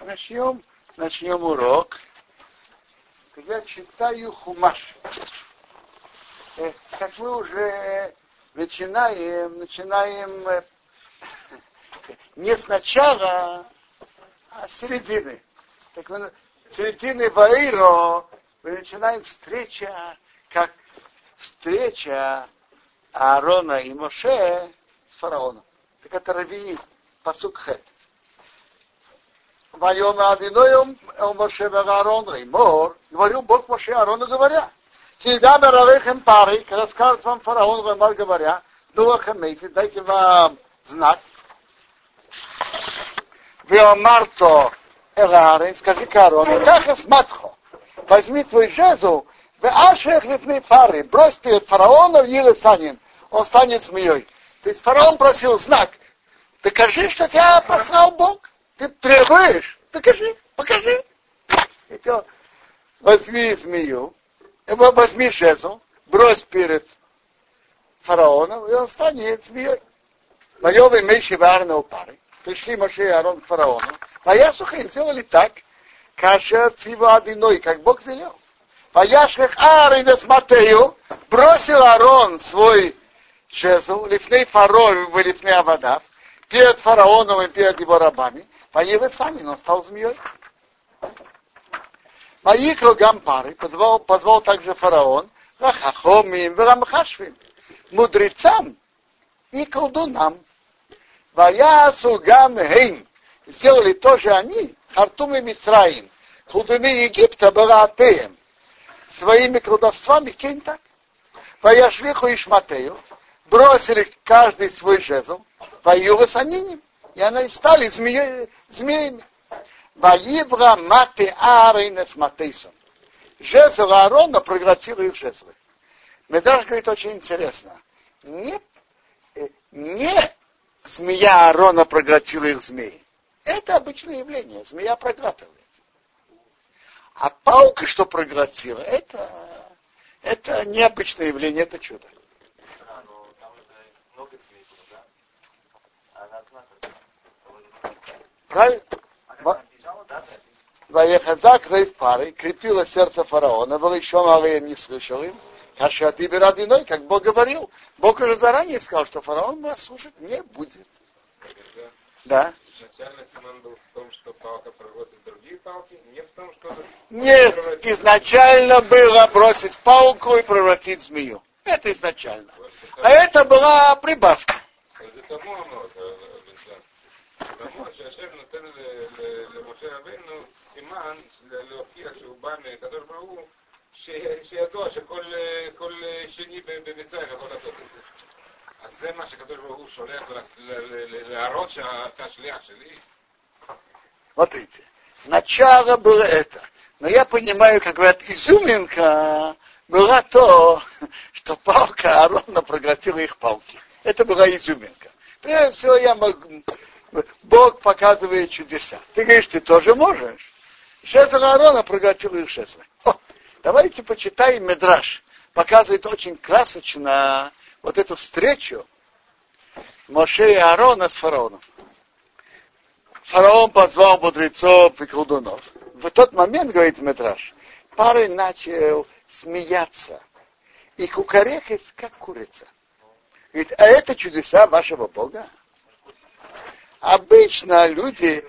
Начнем урок. Я читаю Хумаш. Как мы уже начинаем не сначала, а с середины. Так мы с середины Ваиро мы начинаем встреча Аарона и Моше с фараоном. Так это Равии, пасук Хет. Вайома Адиноем Моше Аарон Реймор, говорил Бог Моше Аарону, говоря: Кидам Равехем пары, когда скажет вам фараон, Реймор, говоря: Дуахамейфи, дайте вам знак. Веомарто Эларин, скажи Аарону: как эсматхо, возьми твой жезл, веашех лифней пары, брось перед фараоном Елесанин, он станет змеей. То есть фараон просил знак. Докажи, что тебя послал Бог. Ты требуешь? Покажи. Возьми змею, возьми жезл, брось перед фараоном, и он станет змеей. Воевы меньше варного пары. Пришли Моше и Аарон к фараону. А я сухо сделали так, каша цива одиной, как Бог велел. Ваяшех Аарон с Матею, бросил Аарон свой жезл, лифней фараон, лифней авадав, перед фараоном и перед его рабами. Воевы сами, он стал змеей. Маикро Гампары позвал также фараон Рахахомим, Рамхашвим, мудрецам и колдунам. Ваясу Гамхейм, сделали тоже они, Хартум и Мицраим, колдуны Египта Бараатеем, своими колдовствами, кем так? Ваяшвиху Ишматею, бросили каждый свой жезл, воювы с ним, и они стали змеями. Ваивра маты Аарона с Матейсом. Жезл Аарона проглотил их жезлы. Медраш говорит очень интересно. Не змея Аарона проглотила их змеи. Это обычное явление. Змея проглатывает. А паука, что проглотила, это необычное явление, это чудо. Правильно? Ваехазак рейв пары, крепило сердце фараона, был еще малым, не слышал им, кашати берадиной, как Бог говорил. Бог уже заранее сказал, что фараон вас слушать не будет. Да. Изначально Симон был в том, что палка проглотит другие палки, не в том, что... Нет, изначально было бросить палку и превратить змею. Это изначально. А это была прибавка. тому שהשם נותן למשה רבינו סימן להוכיח שהוא בא מקדוש ברוך הוא שידוע שכל שני במצרים יכול לעשות את זה. אז זה מה שקדוש ברוך הוא שולח להראות שאתה שליח שלי. Смотрите, начало было это. Но я понимаю, как говорят, изюминка была то, что палка Аарона проглотила их палки. Это была изюминка. Прежде всего, Бог показывает чудеса. Ты говоришь, ты тоже можешь. Жезл Аарона проглотил их жезлы. Давайте почитаем Медраш. Показывает очень красочно вот эту встречу Моше и Аарона с фараоном. Фараон позвал мудрецов и колдунов. В тот момент, говорит Медраш, парень начал смеяться и кукарекать, как курица. Говорит, а это чудеса вашего Бога? Обычно люди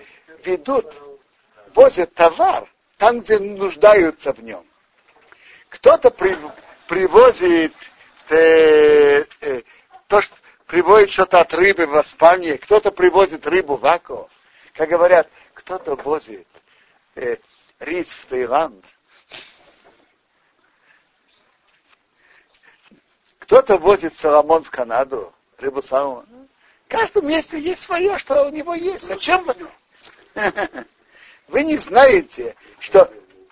возят товар там, где нуждаются в нем. Кто-то привозит приводит что-то от рыбы в Испании, кто-то привозит рыбу в Аку. Как говорят, кто-то возит рис в Таиланд, кто-то возит салмон в Канаду, рыбу салмон. В каждом месте есть свое, что у него есть. Зачем вы? Вы не знаете, что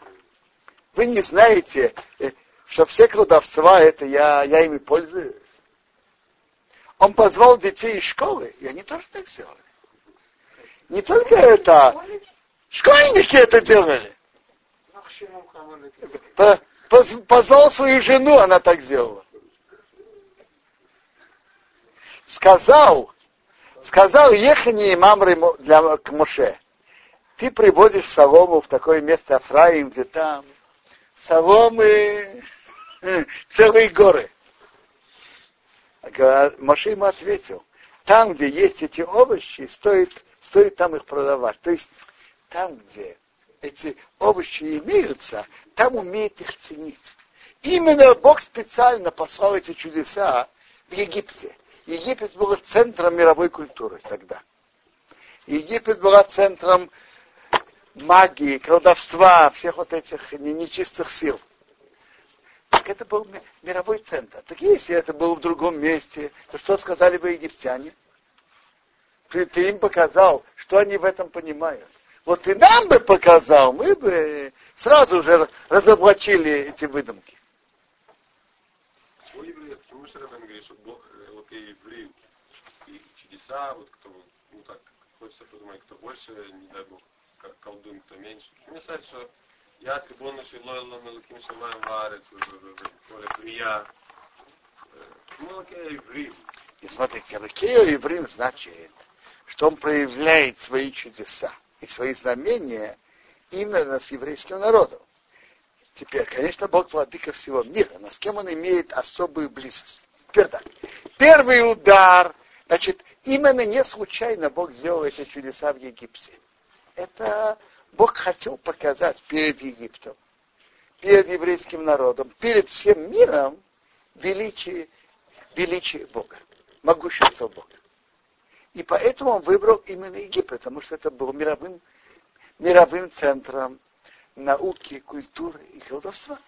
все колдовства, это я ими пользуюсь. Он позвал детей из школы, и они тоже так сделали. Не только это, школьники это делали. Позвал свою жену, она так сделала. Сказал Ехани и Мамры к Моше: Ты приводишь солому в такое место Афраим, где там соломы целые горы. Моше ему ответил, там, где есть эти овощи, стоит там их продавать. То есть там, где эти овощи имеются, там умеет их ценить. Именно Бог специально послал эти чудеса в Египте. Египет был центром мировой культуры тогда. Египет был центром магии, колдовства, всех вот этих нечистых сил. Так это был мировой центр. Так если это было в другом месте, то что сказали бы египтяне? Ты им показал, что они в этом понимают. Вот и нам бы показал, мы бы сразу же разоблачили эти выдумки. Почему Шарабан говорит, что Бог, вот и евреи, и чудеса, вот кто, ну так, хочется подумать, кто больше, не дай Бог, колдун, кто меньше. Мне кажется, что я трибуна шилойла на луким шамаем варец, коля прия. Ну, окей, евреи. И смотрите, Алакею евреем значит, что он проявляет свои чудеса и свои знамения именно с еврейским народом. Теперь, конечно, Бог владыка всего мира, но с кем он имеет особую близость? Теперь так. Первый удар, значит, именно не случайно Бог сделал эти чудеса в Египте. Это Бог хотел показать перед Египтом, перед еврейским народом, перед всем миром величие Бога, могущество Бога. И поэтому он выбрал именно Египет, потому что это был мировым центром науки, культуры и колдовства.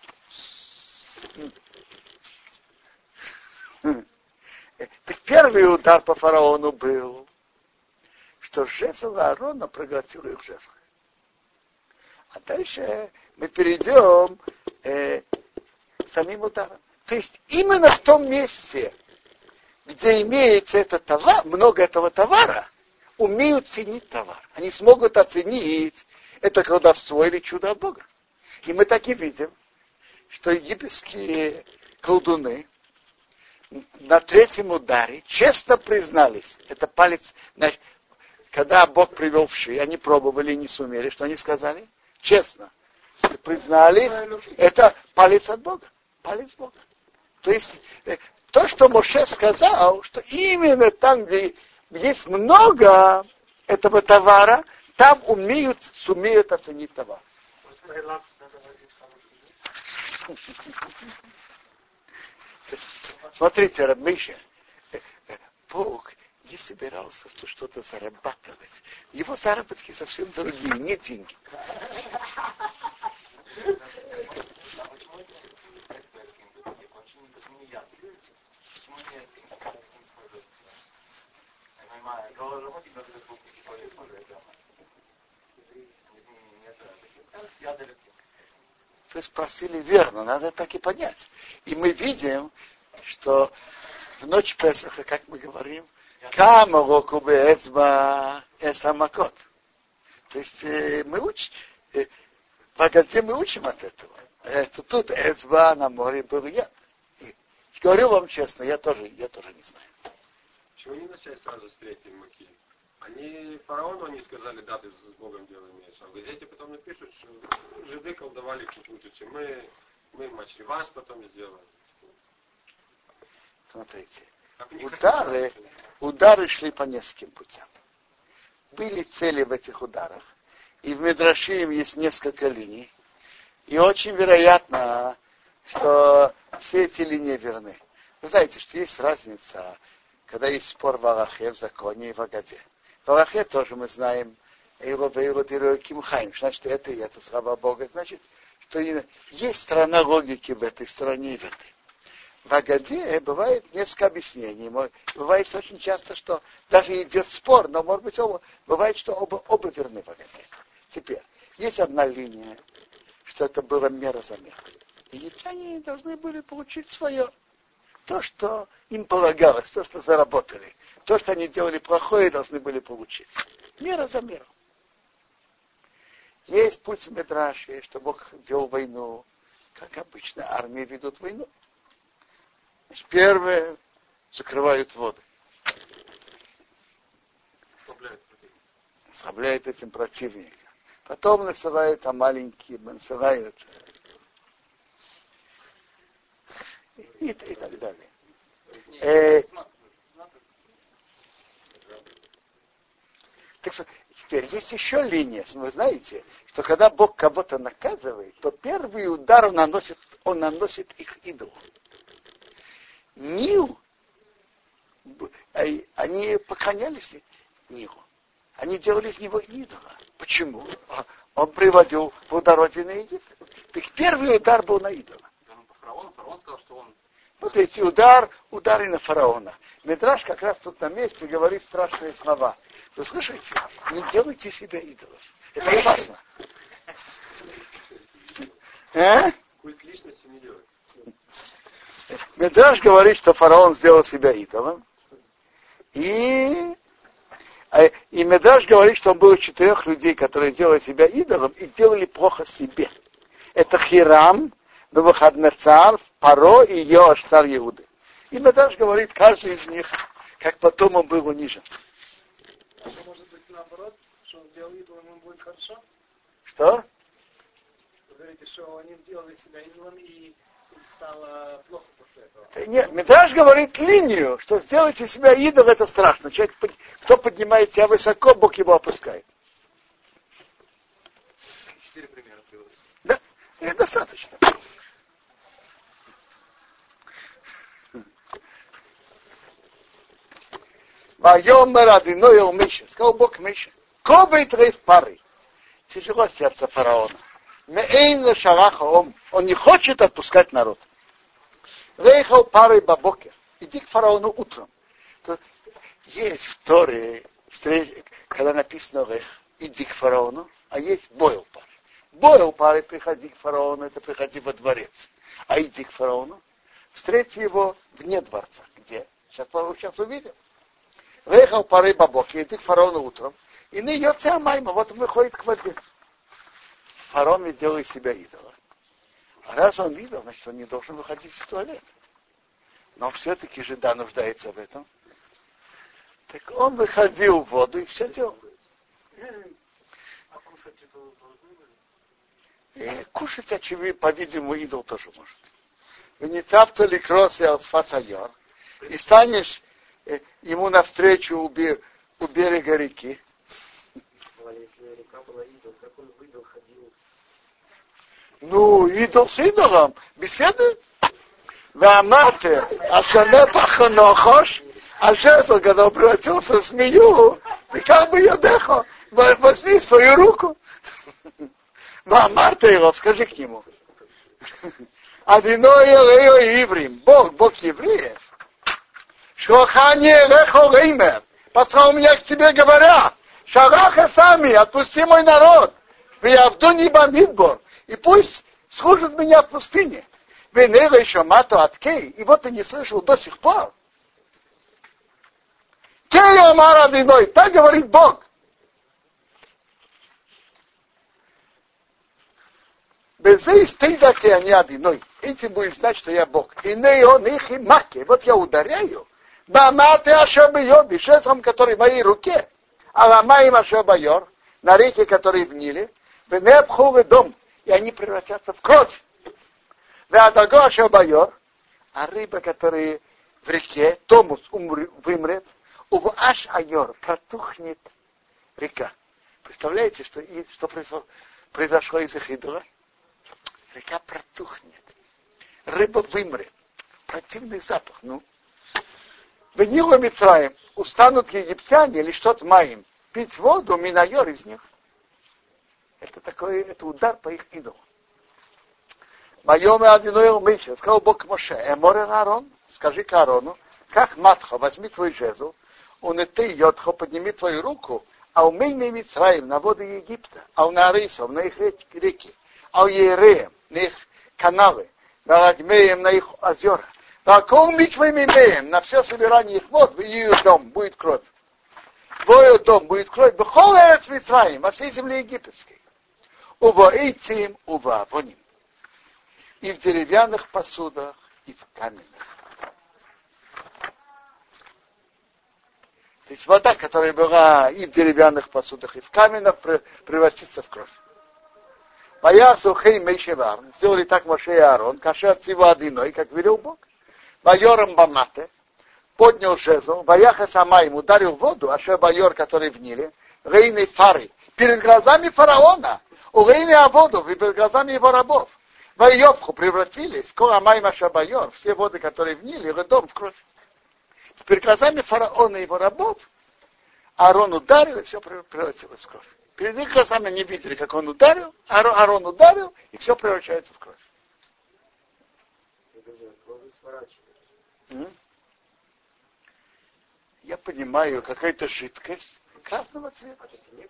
Так первый удар по фараону был, что жезл Аарона проглотил их жезл. А дальше мы перейдем к самим ударам. То есть именно в том месте, где имеется этот товар, много этого товара, умеют ценить товар. Они смогут оценить это колдовство или чудо от Бога. И мы так и видим, что египетские колдуны на третьем ударе честно признались. Это палец, когда Бог привел вши, они пробовали и не сумели. Что они сказали? Честно. Признались, это палец от Бога. Палец Бога. То есть то, что Моше сказал, что именно там, где есть много этого товара, там сумеют оценить товар. Смотрите, Рабмиша, Бог не собирался что-то зарабатывать. Его заработки совсем другие, не деньги. Вы спросили верно, надо так и понять. И мы видим, что в ночь Песаха, как мы говорим, камароку беэцба эсамакот. То есть мы учим, в Агаде мы учим от этого. Тут эцба на море был яд. Говорю вам честно, я тоже не знаю. Чего не начать сразу с третьей муки? Фараону они сказали, да, ты с Богом дело имеешь. А в газете потом напишут, что жиды колдовали чуть лучше, чем мы мачреваш потом сделаем. Смотрите, удары шли по нескольким путям. Были цели в этих ударах. И в Мидрашим есть несколько линий. И очень вероятно, что все эти линии верны. Вы знаете, что есть разница, когда есть спор в Алахе, в законе и в Агаде. В Алахе тоже мы знаем, значит, это и это слова Бога. Значит, что есть сторона логики в этой стороне и в этой. В Агаде бывает несколько объяснений. Бывает очень часто, что даже идет спор, но, может быть, бывает, что оба верны в Агаде. Теперь, есть одна линия, что это было мера за меру. Египтяне должны были получить свое. То, что им полагалось, то, что заработали. То, что они делали плохое, должны были получить. Мера за меру. Есть путь в Мидраше, что Бог вел войну, как обычно армии ведут войну. Значит, первое, закрывают воды. Ослабляют этим противника. Потом насылают маленькие, насылают и так далее. Так что теперь есть еще линия. Вы знаете, что когда Бог кого-то наказывает, то первый удар он наносит их идолу. Нил, они поклонялись Нилу. Они делали из него идола. Почему? Он приводил плодородие Египта. Так первый удар был на идола. Фараон сказал, что он... Вот эти удары на фараона. Мидраш как раз тут на месте говорит страшные слова. Вы слышите? Не делайте себя идолов. Это опасно. Культ личности не делает. Мидраш говорит, что фараон сделал себя идолом. И Мидраш говорит, что он был из 4 людей, которые делали себя идолом и делали плохо себе. Это Хирам, Навуходоносор, Паро и Йоаш, царь Иуды. И Мидраш говорит, каждый из них, как потом он был унижен. Это может быть наоборот, что он сделал идолом, ему будет хорошо? Что? Вы говорите, что они сделали себя идолом и им стало плохо после этого. Нет, Мидраш говорит линию, что сделайте себя идол, это страшно. Человек, кто поднимает себя высоко, Бог его опускает. 4 примера приводит. Да, это достаточно. Вайомер Адиной Миша, сказал Бог Миша, кобей трейф пары. Тяжело сердце фараона. Меэйн шараха он не хочет отпускать народ. Рейхал пары бабокер. Иди к фараону утром. Есть в Торе, когда написано рейх, иди к фараону, а есть бойл пары. Бойл пары, приходи к фараону, это приходи во дворец. А иди к фараону, встрети его вне дворца. Где? Сейчас увидим. Рейхал пары бабокер, иди к фараону утром. И не йоце амайма, вот он выходит к воде. Фараон ведь делает себя идола. А раз он идол, значит, он не должен выходить в туалет. Но все-таки жида нуждается в этом. Так он выходил в воду и все делал. А кушать идол должны были? И кушать, очевидно, по-видимому, идол тоже может. Венецавто ли крос и алсфасайор. И станешь ему навстречу у берега реки. Если река была идол, как он в идол ходил? Ну, идол с идолом. Беседует. Вамате, ашане паханохош, а жезл, когда он превратился в змею, ты как бы ее дехо, возьми свою руку. Вамате его, скажи к нему. Адиной элео иврим, Бог евреев. Шохане лехо реймер, послал меня к тебе, говоря, шараха сами, отпусти мой народ, виявду ниба мидбор, и пусть служат меня в пустыне. Венера еще мато от Кей, и вот ты не слышал до сих пор. Кей омар адиной, так говорит Бог. Безей стейдаки они адиной. Этим будешь знать, что я Бог. И не он их и маки. Вот я ударяю. Баматы ашабайоби, жезлом, который в моей руке. А ламаим ашабайор, на реке, которые в Ниле. Венепхувы дом. И они превратятся в кровь. Веадаго ашабайор, а рыба, которая в реке, Томус вымрет, уваш айор, протухнет река. Представляете, что произошло из их идола? Река протухнет. Рыба вымрет. Противный запах. Ну. В Нилу Мицраим устанут египтяне или что-то маим пить воду, минайор из них. Это удар по их идолу. Майоме Адиной Миша, сказал Бог Моше, Эморе Аарон, скажи к Аарону, как матха, возьми твой жезл, он и ты, Йодхо, подними твою руку, а умей Мицраим на воды Египта, а у Нарисов, на их реки, а у Ереем, на их канавы, на Лагмеем, на их озера, а кол миквами меем, на все собирание их вод, в ее дом будет кровь. Твой дом будет кровь, бехол эрец Мицраим, во всей земле египетской. Ува эйтим, ува воним. И в деревянных посудах, и в каменных. То есть вода, которая была и в деревянных посудах, и в каменных, превратится в кровь. Ваясу хей мейшевар. Сделали так Моше и Аарон, кашер цива одиной, как велел Бог. Вайором бамате. Поднял жезл, ваяха сама им ударил в воду, ашер байор, который в Ниле, рейной фары, перед глазами фараона, у рейны аводов и перед глазами его рабов. Вайовху превратились, скоро майм ашер байор, все воды, которые в Ниле, родом в кровь. Перед глазами фараона и его рабов Аарон ударил, и все превратилось в кровь. Перед их глазами они видели, как он ударил, Аарон ударил, и все превращается в кровь. Я понимаю, какая-то жидкость красного цвета.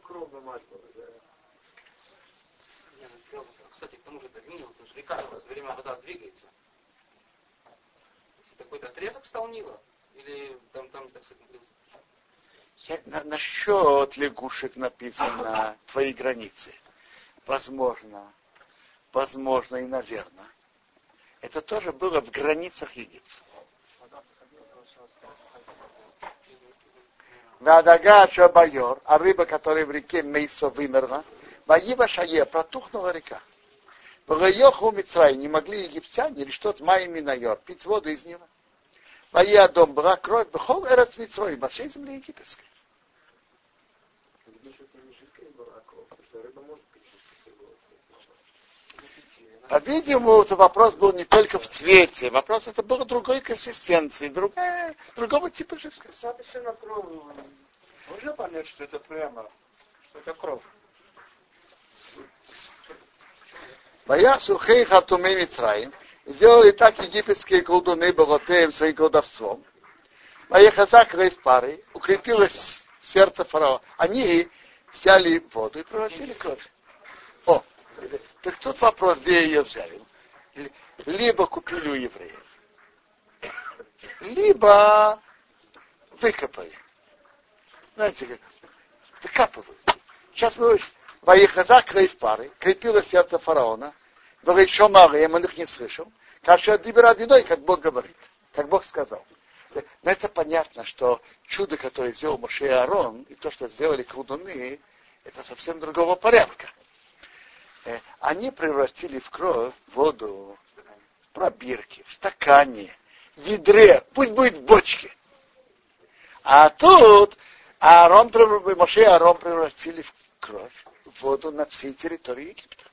Кстати, к тому же это Нил, потому что река у нас во время вода двигается. Какой-то отрезок стал Нила? Или там так сказать, Насчет лягушек написано твои границы. Возможно и наверное. Это тоже было в границах Египта. Вадага Шабайор, а рыба, которая в реке Мейсо вымерла, Ваива Шае, протухнула река. Вагаёху Мицрай, не могли египтяне или что-то майми найор, пить воду из него. Вая дом была кровь, бхол эрец Мицрой, во всей земле египетской. По-видимому, вопрос был не только в цвете, вопрос это было другой консистенции, другого типа жидкости. Достаточно кровь. Можно понять, что это прямо, что это кровь? Ваясу хей хатумей Мицраим, сделали так египетские колдуны Боготеем своим колдовством. Ваяхазак рей в пары, укрепилось сердце фараона. Они взяли воду и превратили кровь. Так тут вопрос, где ее взяли. Либо купили у евреев, либо выкопали. Знаете, выкапывают. Сейчас мы Ваихазак рей в пары, крепилось сердце фараона, еще малые, он их не слышал. Каша диберадиной, как Бог говорит, как Бог сказал. Но это понятно, что чудо, которое сделал Моше и Аарон, и то, что сделали колдуны, это совсем другого порядка. Они превратили в кровь воду в пробирке, в стакане, в ведре, пусть будет в бочке. А тут Моше и Аарон превратили в кровь воду на всей территории Египта.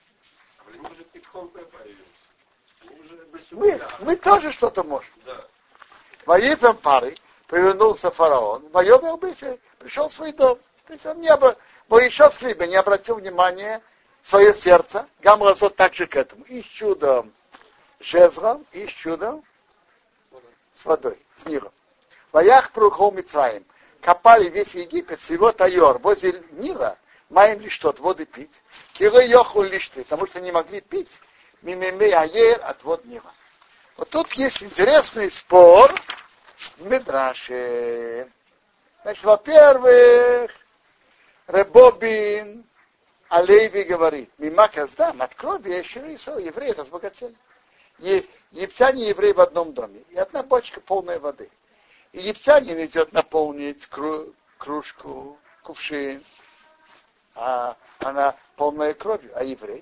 Мы тоже что-то можем. Воевем пары, повернулся фараон, воевал быстро, пришел в свой дом. То есть он еще с Либе не обратил внимания свое сердце, гамразот также к этому. И с чудом жезлом, и с чудом с водой, с миром. Ваях прухол Мицраим. Копали весь Египет, с его тайор, возле Нила, маем лишь тот, воды пить. Киры йоху лишь ты, потому что не могли пить, мимимей аер от вод Нила. Вот тут есть интересный спор в Мидраше. Значит, во-первых, Ребобин Алейви говорит, мимо каздам, от крови еще рисо, евреи разбогатели. Египтяне и евреи в одном доме. И одна бочка полная воды. Египтянин идет наполнить кружку, кувшин, а она полная кровью, а еврей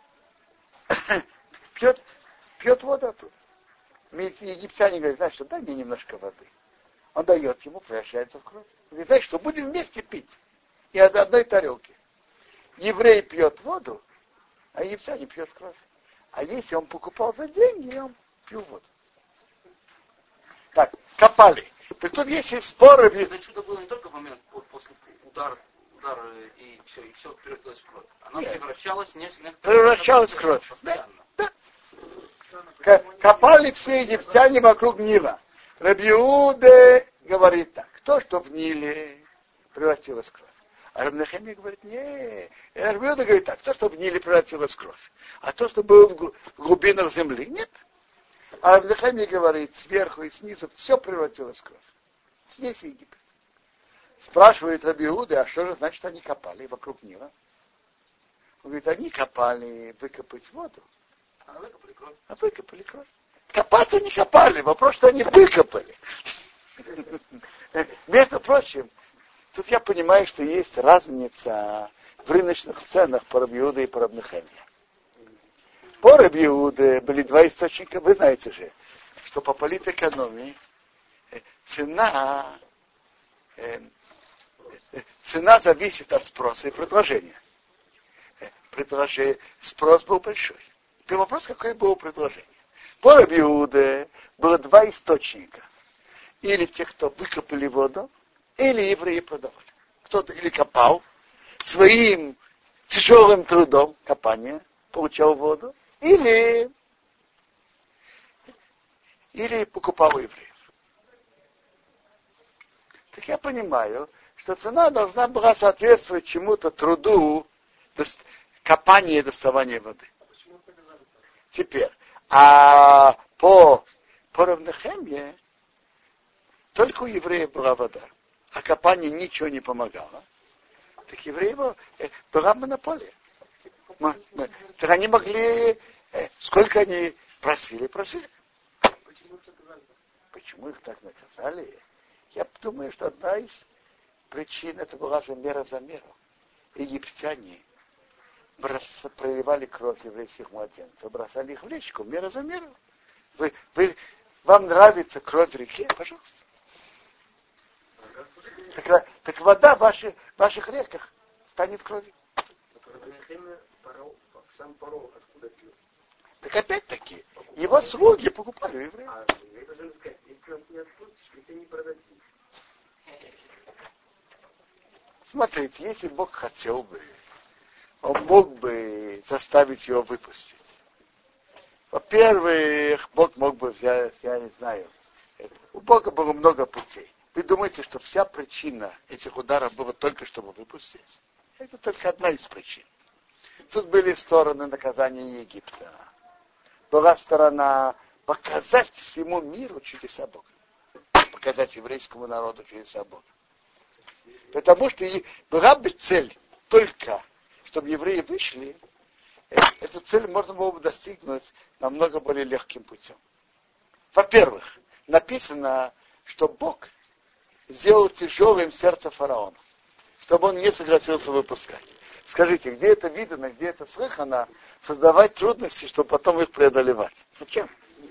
пьет воду оттуда. Египтяне говорят, знаешь что, дай мне немножко воды. Он дает ему, превращается в кровь. Он говорит, знаешь что, будем вместе пить. И от одной тарелки. Еврей пьет воду, а египтянин пьет кровь. А если он покупал за деньги, он пил воду. Так, копали. Так тут есть споры. Это чудо было не только в момент после удара и все превратилось в кровь. Она превращалась в кровь. Да. Копали все египтяне вокруг Нила. Раби Иуда говорит так, то, что в Ниле превратилось в кровь. А Раби Нехемия говорит, не. Раби Иуда говорит так, то, что в Ниле превратилось в кровь. А то, что было в глубинах земли, нет. А Раби Нехемия говорит, сверху и снизу все превратилось в кровь. Весь Египет. Спрашивает Раби Иуда, а что же значит они копали вокруг Нила? Он говорит, они копали выкопать воду. А выкопали кровь. Выкопали кровь. Копаться не копали, вопрос, что они выкопали. Между прочим, Тут я понимаю, что есть разница в рыночных ценах по Раби Иуде и по Раби Нехемии. По Раби Иуде были два источника, вы знаете же, что по политэкономии цена зависит от спроса и предложения. Спрос был большой. Теперь вопрос, какое было предложение. По Раби Иуде было два источника. Или те, кто выкопали воду, или евреи продавали. Кто-то или копал своим тяжелым трудом копания, получал воду, или покупал у евреев. Так я понимаю, что цена должна была соответствовать чему-то труду копания и доставания воды. Теперь, а по Раби Нехемии только у евреев была вода, а копание ничего не помогало. Так евреев была монополия. Так они могли, сколько они просили. Почему их так наказали? Я думаю, что одна из причин это была же мера за меру. Египтяне проливали кровь еврейских младенцев, бросали их в речку, мера за меру. Вам нравится кровь в реке? Пожалуйста. Так вода в ваших реках станет кровью. Сам Паро откуда пьет? Так опять-таки, его слуги покупали у евреев. Я должен сказать, если нас не отпустишь, мы тебя не продадим. Смотрите, если Бог хотел бы, Он мог бы заставить его выпустить. Во-первых, Бог мог бы взять, я не знаю, у Бога было много путей. Вы думаете, что вся причина этих ударов была только чтобы выпустить? Это только одна из причин. Тут были стороны наказания Египта. Была сторона показать всему миру чудеса Бога. Показать еврейскому народу чудеса Бога. Потому что была бы цель только, чтобы евреи вышли, эту цель можно было бы достигнуть намного более легким путем. Во-первых, написано, что Бог сделал тяжелым сердце фараона, чтобы он не согласился выпускать. Скажите, где это видно, где это слыхано, создавать трудности, чтобы потом их преодолевать? Зачем?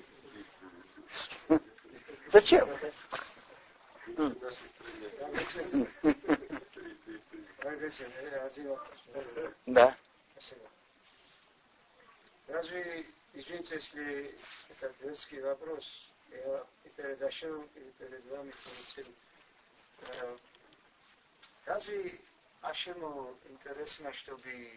Зачем? Да. Разве, извините, если это детский вопрос, я и перед Ашемом, и перед вами разве Ашему интересно, чтобы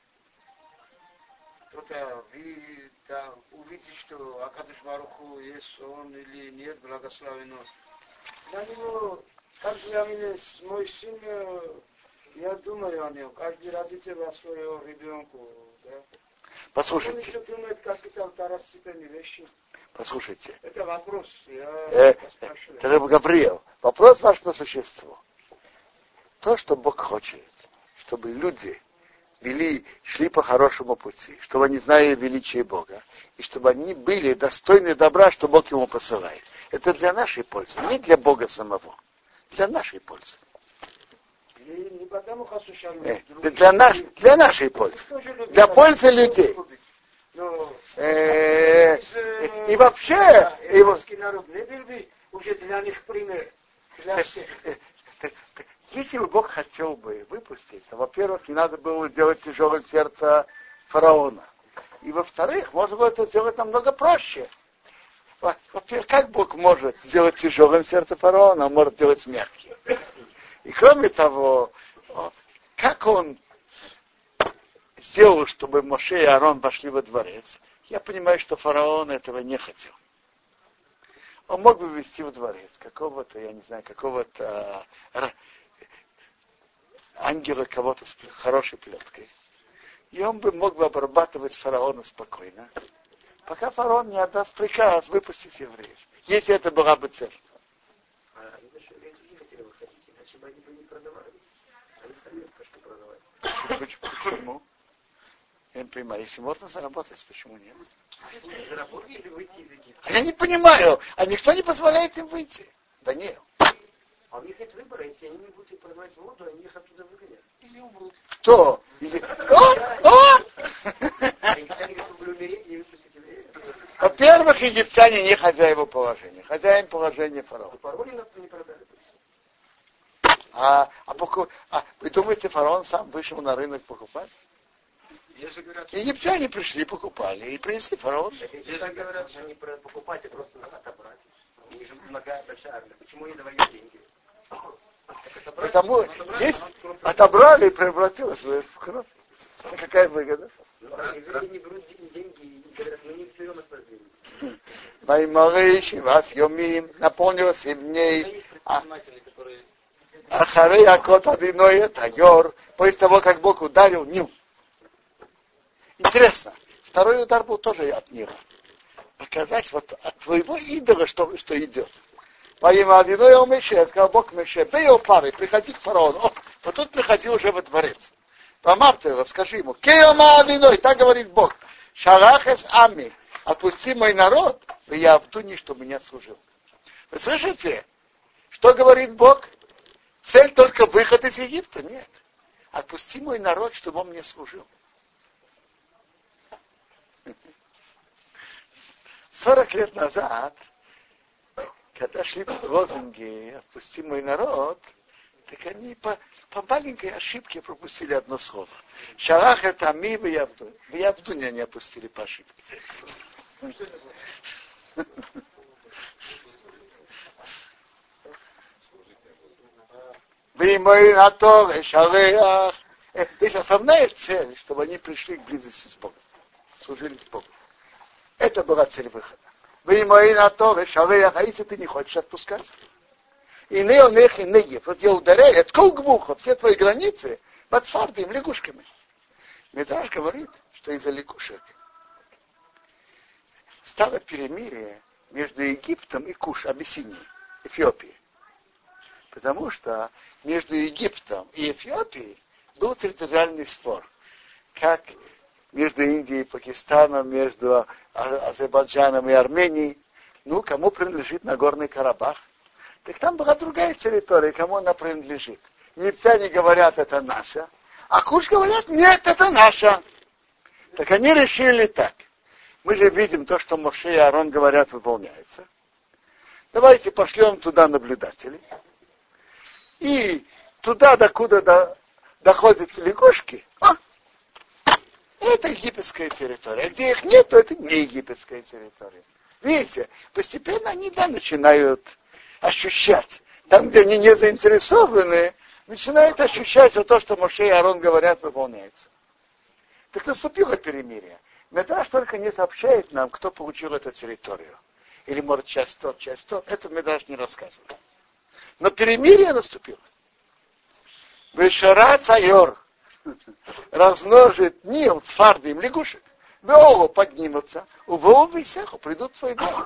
кто-то увидит, что Акадуш Баруху есть он или нет, благословен он. Для него, каждый мой сын, я думаю о нем, каждый родитель о своего ребенка. Да? Послушайте. Он еще думает какие-то второстепенные вещи. Послушайте. Это вопрос, я спрашиваю. Это Гавриил. Вопрос ваш по существу. То, что Бог хочет, чтобы люди шли по хорошему пути, чтобы они знали величие Бога, и чтобы они были достойны добра, что Бог ему посылает. Это для нашей пользы, не для Бога самого. Для нашей пользы. Не потому, для нашей пользы. Для пользы людей. И вообще... Еврейский народ не был бы уже для них пример. Для всех. Если бы Бог хотел бы выпустить, то, во-первых, не надо было сделать тяжелым сердце фараона. И, во-вторых, можно было это сделать намного проще. Во-первых, как Бог может сделать тяжелым сердце фараона, он может сделать мягким. И кроме того, как он сделал, чтобы Моше и Аарон вошли во дворец, я понимаю, что фараон этого не хотел. Он мог бы ввести во дворец какого-то, я не знаю, какого-то ангела, кого-то с хорошей плеткой. И он бы мог бы обрабатывать фараона спокойно, пока фараон не отдаст приказ выпустить евреев. Если это была бы цель. Почему? Я не понимаю, если можно заработать, почему нет? А я не понимаю, а никто не позволяет им выйти. Да нет. А у них нет выбора, если они не будут продавать воду, они их оттуда выгонят. Или умрут. Кто? Во-первых, египтяне не хозяева положения. Хозяин положения фараон. Вы думаете, фараон сам вышел на рынок покупать? Египтяне пришли, покупали и принесли фараон. Если говорят, что не покупать, а просто отобрать. У них же многая большая армия. Почему не давали деньги? Потому есть отобрали и превратилось в кровь. Какая выгода? Евреи не берут деньги и говорят, мы не берем это деньги. Ваймарыш, вас Йомим, наполнилось 7 дней. Ахары Акот Адиное Тайор. После того, как Бог ударил Нил. Интересно, второй удар был тоже от Нила. Показать вот от твоего идола, что идет. Во имя Адиное Меше, сказал Бог Меше, бей пары, приходи к фараону. Вот тут приходил уже во дворец. Помарте его, скажи ему, Кеома Адиной, так говорит Бог. Шарахес Ами, отпусти мой народ, и я вдуни, что меня служил. Вы слышите, что говорит Бог? Цель только выход из Египта? Нет. Отпусти мой народ, чтобы он мне служил. 40 лет назад, когда шли тут лозунги «Отпусти мой народ», так они по маленькой ошибке пропустили одно слово. «Шарах это ми в Явду». В Явду не опустили по ошибке. Здесь основная цель, чтобы они пришли к близости с Богом. Служили с Богом. Это была цель выхода. Вы мои на то, а если ты не хочешь отпускать. И неонех и негев. Вот я ударяю, это колгбуха, все твои границы, под фардой, лягушками. Мидраш говорит, что из-за лягушек стало перемирие между Египтом и Куш, Абиссинией, Эфиопией. Потому что между Египтом и Эфиопией был территориальный спор. Как между Индией и Пакистаном, между Азербайджаном и Арменией. Ну, кому принадлежит Нагорный Карабах? Так там была другая территория, кому она принадлежит. Египтяне говорят, это наша, а Куш говорят, нет, это наша. Так они решили так. Мы же видим то, что Моше и Аарон говорят, выполняется. Давайте пошлем туда наблюдателей. И туда, докуда доходят лягушки, это египетская территория. А где их нет, то это не египетская территория. Видите, постепенно они начинают ощущать. Там, где они не заинтересованы, начинают ощущать, что то, что Моше и Аарон говорят, выполняется. Так наступило перемирие. Мидраш только не сообщает нам, кто получил эту территорию. Или, может, часть тот. Это Мидраш не рассказывает. Но перемирие наступило. Вешара цайор размножит Нил с фардой лягушек. Веолу поднимутся, у Вовы и Сеху придут в свой дом.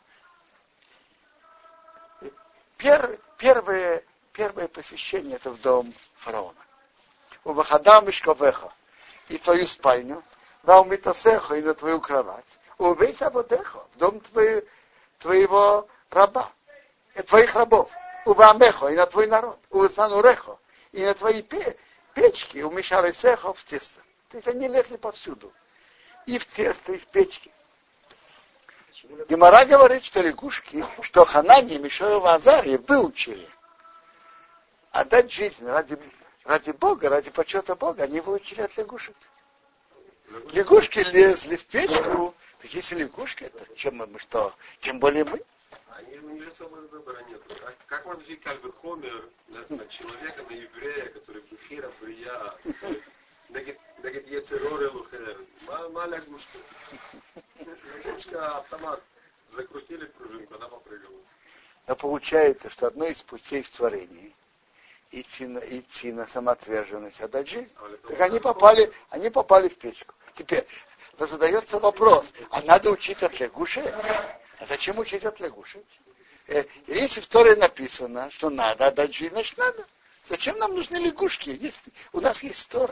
Первое посещение это в дом фараона. У Вахадам и Шковеха и твою спальню, Ваумитасеха и на твою кровать. У Вейсабодеха в дом твоего раба, твоих рабов. У Вамеха и на твой народ. У Сануреха и на твои печки, у Мишарисеха в тесто. То есть они лезли повсюду. И в тесто, и в печки. Гемара говорит, что лягушки, что Ханани, Мишоев и Азария выучили отдать жизнь ради Бога, ради почета Бога, они выучили от лягушек. Лягушки лезли в печку, так если лягушки, это чем мы что? Тем более мы. У них же свободы выбора нет. Как он жить как бы хомер на человека, на еврея, который бухира, брия, нагид яцероры лухер, ма лягушка. Лягушка автомат закрутили пружинку, она попрыгала. Но получается, что одно из путей в творении идти на самоотверженность, отдать жизнь. Так они попали в печку. Теперь задается вопрос, а надо учить от лягушек? А зачем учить от лягушек? Если в Торе написано, что надо отдать жизнь, значит надо. Зачем нам нужны лягушки? У нас есть Тора.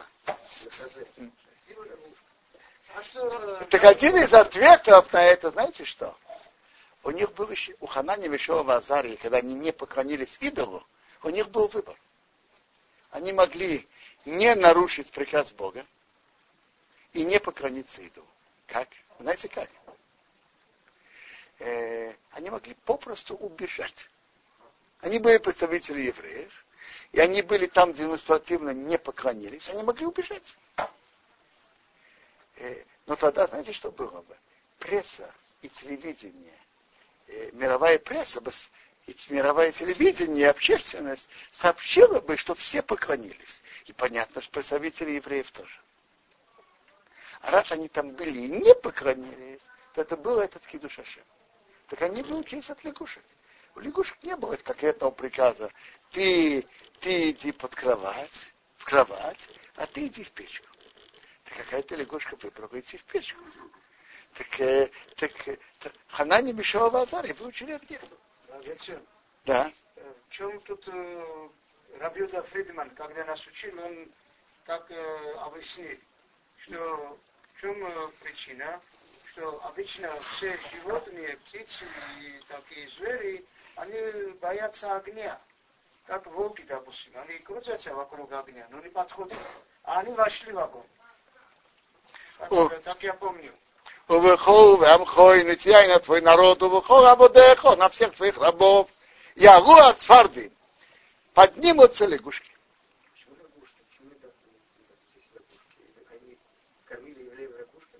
Так один из ответов на это, знаете что? У них был еще, у Ханани, Мишоева, Азарии, когда они не поклонились идолу, У них был выбор. Они могли не нарушить приказ Бога и не поклониться идолу. Как? Знаете как? Они могли попросту убежать. Они были представители евреев, и они были там демонстративно не поклонились, они могли убежать. Но тогда, знаете, что было бы? Пресса и телевидение, мировая пресса, и мировое телевидение, и общественность сообщила бы, что все поклонились. И понятно, что представители евреев тоже. А раз они там были и не поклонились, то это был этот кидуш Ашем. Так они бы учились от лягушек. У лягушек не было конкретного приказа. Ты иди в кровать, а ты иди в печку. Так какая-то лягушка выбрала идти в печку. Так Ханани, Мишаэл и Азария выучили от них. Да. В чем тут Рав Юда Фридман, когда нас учил, он так объяснил, что в чем причина, что обычно все животные, птицы и такие звери, они боятся огня. Как волки, допустим, они крутятся вокруг огня, но не подходят. А они вошли в огонь. Так я помню. Увехол, вамхой, нетьяй на твой народ, увехол, абодехо, на всех твоих рабов. Ягу от фарды. Поднимутся лягушки. Почему лягушки? Почему это лягушки? Они кормили евреев лягушками?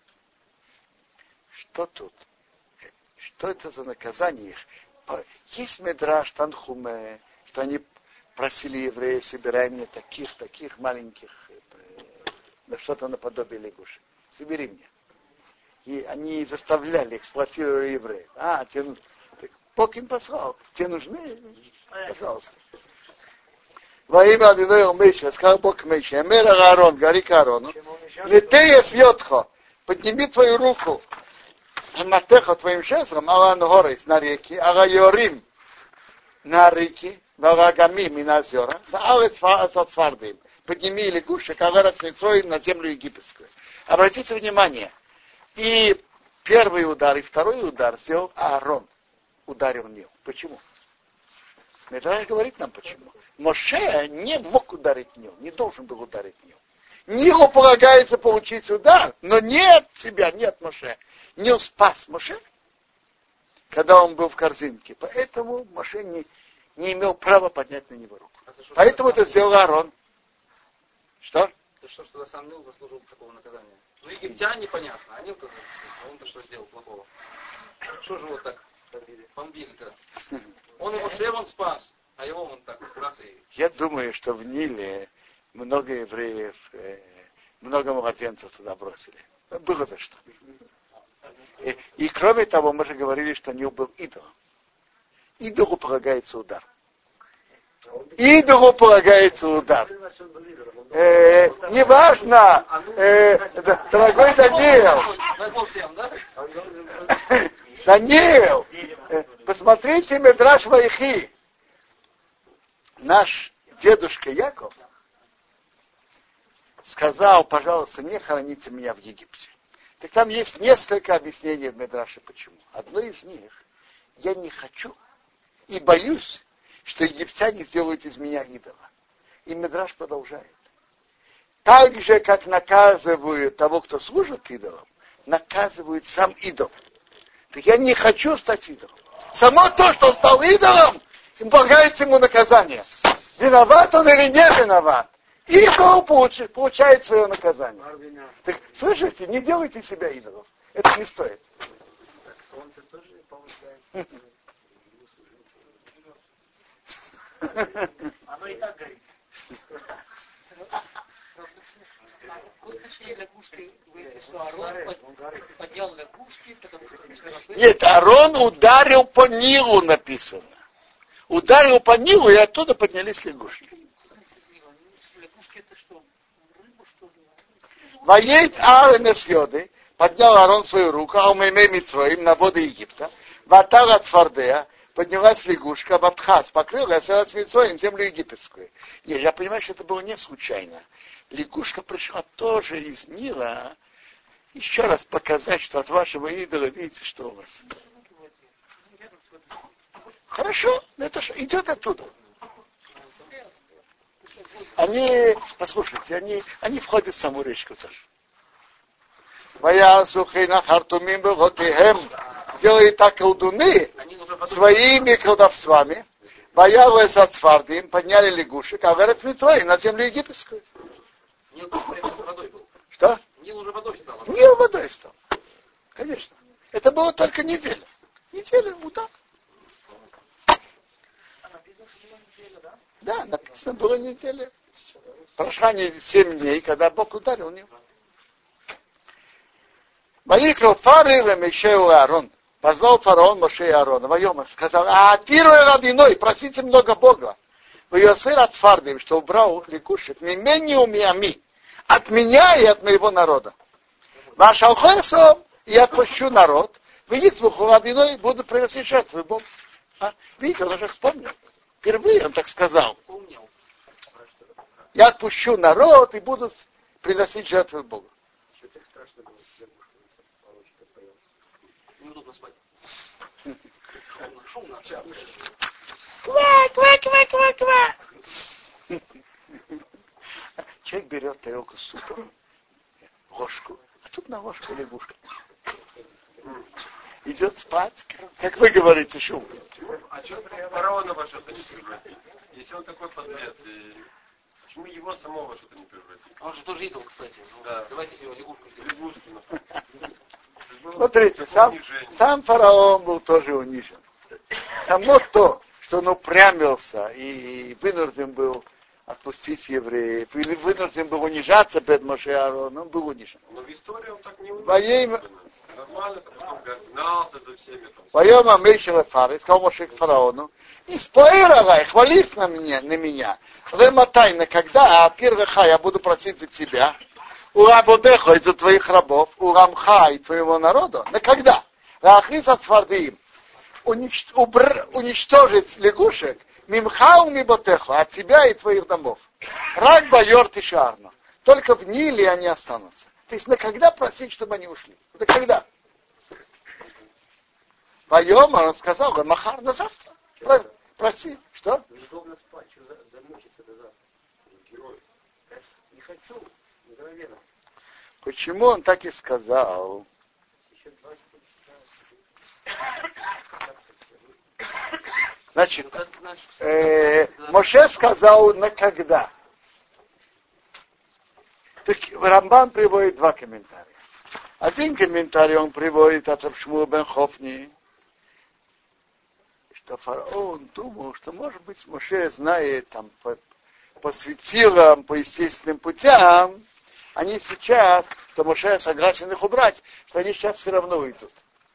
Что тут? Что это за наказание их? Есть Медраш Танхуме, что они просили евреев, собирай мне таких маленьких, что-то наподобие лягушек. Собери мне. И они заставляли, эксплуатировали евреев. Бог им послал. Тебе нужны? Пожалуйста. Во имя Адиной Мейша, сказал Бог Мейша, Эмер Аарон, говори к Аарону, Летея съедхо, подними твою руку, Матеха твоим жезлом, Алан Горейс на реке, Агайорим на реке, Варагамим и на озера, Алец Фацфардим, подними лягушек, Агарас Митроим на землю египетскую. Обратите внимание, и первый удар, и второй удар сделал Аарон. Ударил Нил. Почему? Медраш говорит нам почему. Моше не мог ударить Нил, не должен был ударить Нил. Нилу полагается получить удар, но не от себя, не от Моше. Нил спас Моше, когда он был в корзинке. Поэтому Моше не имел права поднять на него руку. Поэтому это сделал Аарон. Что? Это что сам Нил заслужил такого наказания? Ну, египтяне, понятно, а Нил-то, он-то что сделал плохого? Что же вот так? Бомбили-то. Он его он спас, а его он так раз и... Я думаю, что в Ниле много евреев, много младенцев туда бросили. Было за что. И кроме того, мы же говорили, что Нил был идолом. Идолу полагается удар. Идолу полагается удар. Неважно, дорогой Даниил. Даниил, посмотрите Медраш Ваихи. Наш дедушка Яков сказал, пожалуйста, не храните меня в Египте. Так там есть несколько объяснений в Медраше, почему. Одно из них, я не хочу и боюсь, что египтяне сделают из меня идола. И Медраш продолжает. Так же, как наказывают того, кто служит идолам, наказывают сам идол. Так я не хочу стать идолом. Само то, что он стал идолом, полагается ему наказание. Виноват он или не виноват. Идол получает свое наказание. Так, слышите, не делайте себя идолом. Это не стоит. Солнце тоже получает. Оно и так горит. Точнее, лягушки, говорите, что Аарон поднял лягушки, потому что... Нет, Аарон ударил по Нилу, написано. Ударил по Нилу, и оттуда поднялись лягушки. Лягушки это что? Рыба, что ли? Воейт Аарон с Йоды, поднял Аарон свою руку, а умеймей Митроим на воды Египта, ватал от Фардея, поднялась лягушка, Батхас покрыла, а с Митроим землю египетскую. Нет, я понимаю, что это было не случайно. Лягушка пришла тоже из Нила, еще раз показать, что от вашего идола, видите, что у вас. Хорошо, это идет оттуда. послушайте, они входят в саму речку тоже. Ваясухейна хартумим беготихем. Сделали так колдуны своими колдовствами. Боялась от Сфардим, подняли лягушек, а верят Митрои на землю египетскую. Нил водой был. Что? Нил уже водой стал. Нил водой стал. Конечно. Это было только неделя. Неделя, вот так. Да, написано было неделя. Прошла 7 дней, когда Бог ударил него. Ваикру фары Мишеу Аарон. Позвал фараон Моше и Аарона. Вайома сказал, атируй родиной, просите много Бога. Вы Йосер от Сфардим, что убрал лягушек, мимению миами, от меня и от моего народа. Ваш алхоесом, и отпущу народ. Вы Ицвуху родиной, буду приносить жертвы Богу. Видите, он уже вспомнил. Впервые он так сказал. Я отпущу народ и буду приносить жертвы Богу. Неудобно спать. Шумно. Ква. Человек берет тарелку супа, ложку, а тут на ложку лягушка. Идет спать, как вы говорите, шум. А что фараона во что-то не превратить? Если он такой подлец, почему его самого что-то не превратить? Он же тоже идол, кстати. Да. Давайте его лягушку сделаем. Лягушку. Смотрите, сам фараон был тоже унижен. Само то, что он упрямился и вынужден был отпустить евреев, или вынужден был унижаться перед Моше и Аароном, он был унижен. Но в истории он так не унижен. Нормально, потом гнался за всеми. Воем Амейшел Фары, сказал Моше к фараону, испоировай, хвались на меня. Лемотай, на когда, а пирвеха, я буду просить за тебя. У Рабодеха из-за твоих рабов, у Рамха и твоего народа. На когда? Рахриса Сфардим. Уничтожить лягушек, мимхау миботеху, от тебя и твоих домов. Рак байор тишарно. Только в Ниле они останутся. То есть на когда просить, чтобы они ушли? На когда? Воема, он сказал, махар на завтра. Проси. Что? Неудобно спать, что замучиться до завтра. Герой. Не хочу, мгновенно. Почему он так и сказал? Еще 20 Значит, Моше сказал на когда. Так Рамбан приводит 2 комментария. Один комментарий он приводит от Рабшмуа бен Хофни, что фараон думал, что, может быть, Моше знает там по светилам, по естественным путям, они сейчас, что Моше согласен их убрать, что они сейчас все равно уйдут.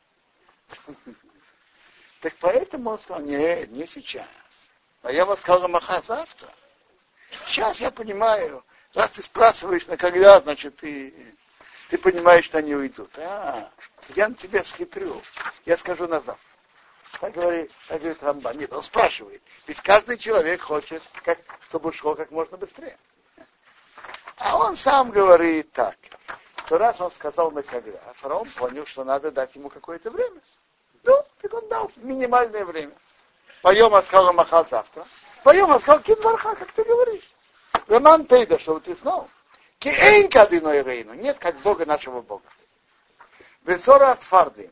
Так поэтому он сказал, нет, не сейчас. А я вам сказал, маха завтра. Сейчас я понимаю, раз ты спрашиваешь, на когда, значит, ты понимаешь, что они уйдут. Я на тебя схитрю. Я скажу на завтра. Так говорит Рамбан. Нет, он спрашивает. Ведь каждый человек хочет, чтобы ушло как можно быстрее. А он сам говорит так. То раз он сказал на когда, а фараон понял, что надо дать ему какое-то время. Ну, так он дал минимальное время. Поема сказал маха завтра. Поема сказал кидварха, как ты говоришь. Роман Тейда, чтобы ты знал. Киэнка диной рейну. Нет, как Бога нашего Бога. Весора от Сфардим.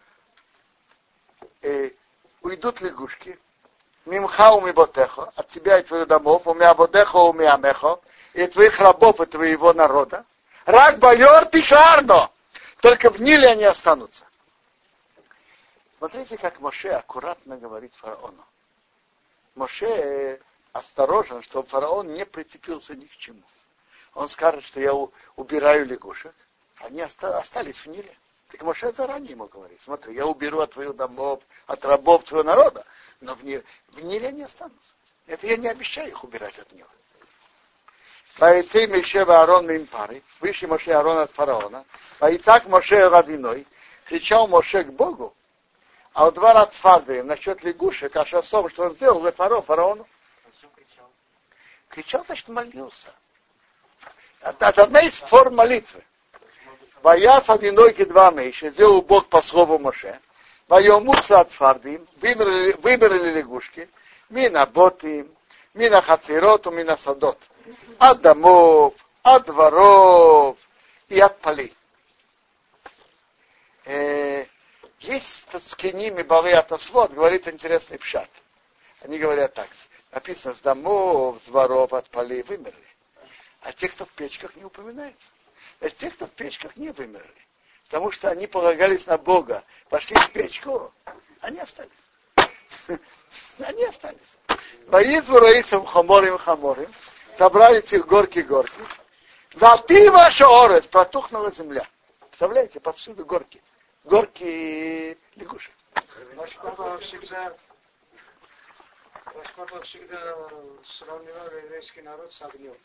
Уйдут лягушки. Мимха у миботехо. От тебя и твоих домов. У миабодехо, у миамехо. И твоих рабов, и твоего народа. Рак байор тишардо. Только в Ниле они останутся. Смотрите, как Моше аккуратно говорит фараону. Моше осторожен, чтобы фараон не прицепился ни к чему. Он скажет, что я убираю лягушек. Они остались в Ниле. Так Моше заранее ему говорит. Смотри, я уберу от твоих домов, от рабов твоего народа, но в Ниле они останутся. Это я не обещаю их убирать от Нила. Поэцей Мишева Аарон им пары, вышли Моше Аарон от фараона, поэцак Моше родиной, кричал Моше к Богу, а у 2 раза Сфарды насчет лягушек, а что он сделал, фараону. Кричал, значит, молился. Это одна из форм молитвы. Ваяс одиной кидва мейши, сделал Бог по слову Моше, вайомуса от Сфардим, выбрали лягушки, мина ботим, мина хацироту, мина садот. от домов, от дворов и от полей. Есть скиними балы от освод, говорит интересный пшат. Они говорят так, написано с домов, с дворов, от полей вымерли. А те, кто в печках, не упоминается. Значит, те, кто в печках, не вымерли. Потому что они полагались на Бога, пошли в печку, они остались. Они остались. Воизву раисом хаморим, собрали этих горки. Да ты ваша орес, протухнула земля. Представляете, повсюду горки. Горки лягушек. Ваш папа всегда сравнивал еврейский народ с огнем.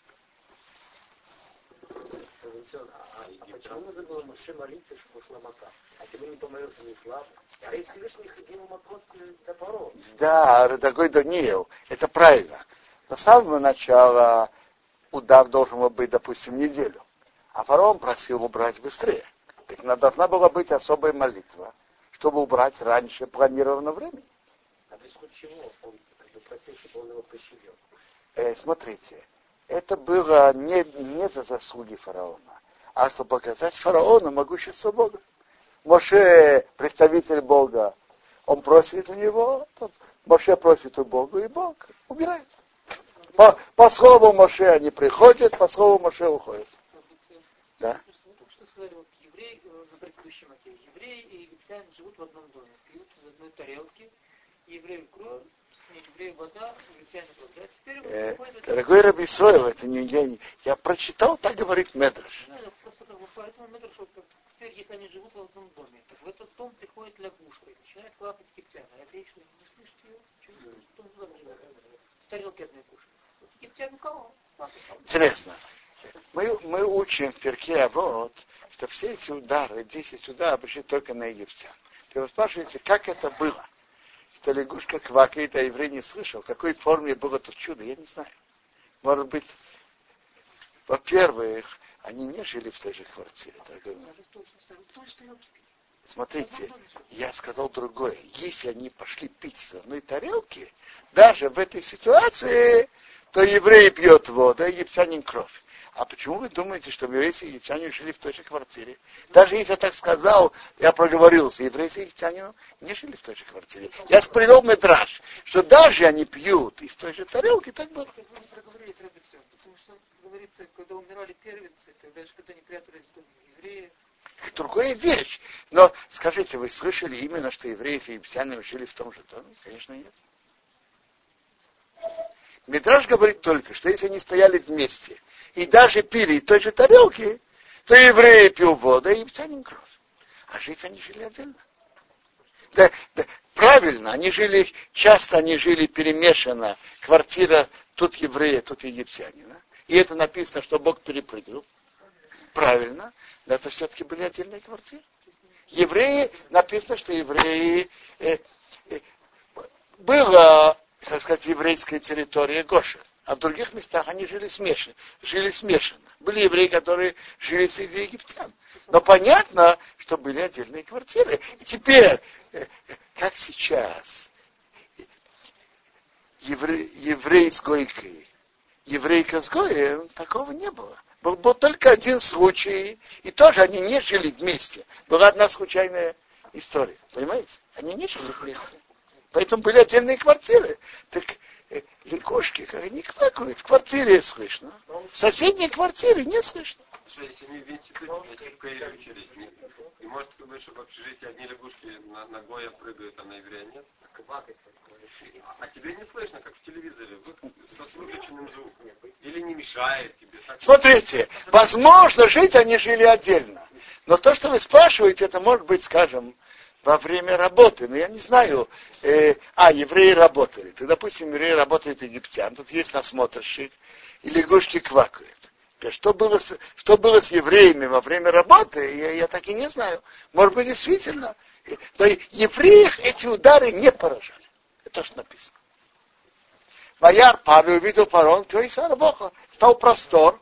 Почему нужно было Моше молиться, чтобы ушла Мака? А если бы не помолился, не шла? А и Всевышний ходил макот топором. Да, дорогой Даниил, это правильно. Но с самого начала удар должен был быть, допустим, неделю. А фараон просил убрать быстрее. Так должна была быть особая молитва, чтобы убрать раньше планированного времени. А в исход чего? Он просил, чтобы он его пощадил. Смотрите, это было не за заслуги фараона, а чтобы показать фараону могущество Бога. Моше представитель Бога, он просит у него, Моше просит у Бога, и Бог убирает. По слову Моше они приходят, по слову Моше уходят. Да? Что сказали, вот евреи, на предыдущем оке, евреи и египтяне живут в одном доме, пьют из одной тарелки, евреи кровь, евреи вода, египтяне вода. А теперь дорогой Раби Исроил, это не я прочитал, так говорит Медраш. Просто как бы поэтому Медраш, что теперь, если они живут в одном доме, так в этот дом приходит лягушка и начинает лапать египтян. А это еще не слышит ее, что он туда живет. С тарелки одной кушает. Вот египтян у кого? Интересно. Мы учим в Перке Авот, что все эти удары, 10 ударов пришли только на египтян. И вы спрашиваете, как это было? Что лягушка квакает, а еврей не слышал. В какой форме было это чудо, я не знаю. Может быть, во-первых, они не жили в той же квартире. Смотрите, я сказал другое. Если они пошли пить с одной тарелки, даже в этой ситуации, то еврей пьет воду, а египтянин кровь. А почему вы думаете, что еврейцы и египтяне жили в той же квартире? Даже если я так сказал, я проговорился, еврейцы и египтяне не жили в той же квартире. Я привел Медраш, что даже они пьют из той же тарелки, так было. Вы не проговорили традицию, потому что, говорится, когда умирали первенцы, тогда же, когда они прятались в доме евреев. Другая вещь. Но скажите, вы слышали именно, что евреи и египтяне жили в том же доме? Конечно, нет. Мидраш говорит только, что если они стояли вместе и даже пили из той же тарелки, то евреи пил воду, а египтянин кровь. А жить они жили отдельно. Да, правильно, часто они жили перемешанно. Квартира тут еврея, тут египтянина. И это написано, что Бог перепрыгнул. Правильно, но это все-таки были отдельные квартиры. Евреи, написано, что евреи была, так сказать, еврейская территория Гошен. А в других местах они жили смешанно. Были евреи, которые жили среди египтян. Но понятно, что были отдельные квартиры. И теперь, как сейчас, еврей с гойкой, еврейка с гоем, такого не было. Был только один случай, и тоже они не жили вместе. Была одна случайная история. Понимаете? Они не жили вместе. Поэтому были отдельные квартиры. Так лягушки, как они квакают, в квартире слышно. В соседней квартире не слышно. Что, если они в институте учились, и может быть, что в общежитии одни лягушки на гоя прыгают, а на еврея нет? А тебе не слышно, как в телевизоре, с выключенным звуком. Или не мешает тебе. Смотрите, возможно, жить они жили отдельно. Но то, что вы спрашиваете, это может быть, скажем, во время работы. Но я не знаю. Евреи работали. Так, допустим, евреи работают египтян. Тут есть насмотрщик, и лягушки квакают. Что было с евреями во время работы, я так и не знаю. Может быть, действительно. Но евреев эти удары не поражали. Это что написано. Ваяр пару увидел фараон, стал простор.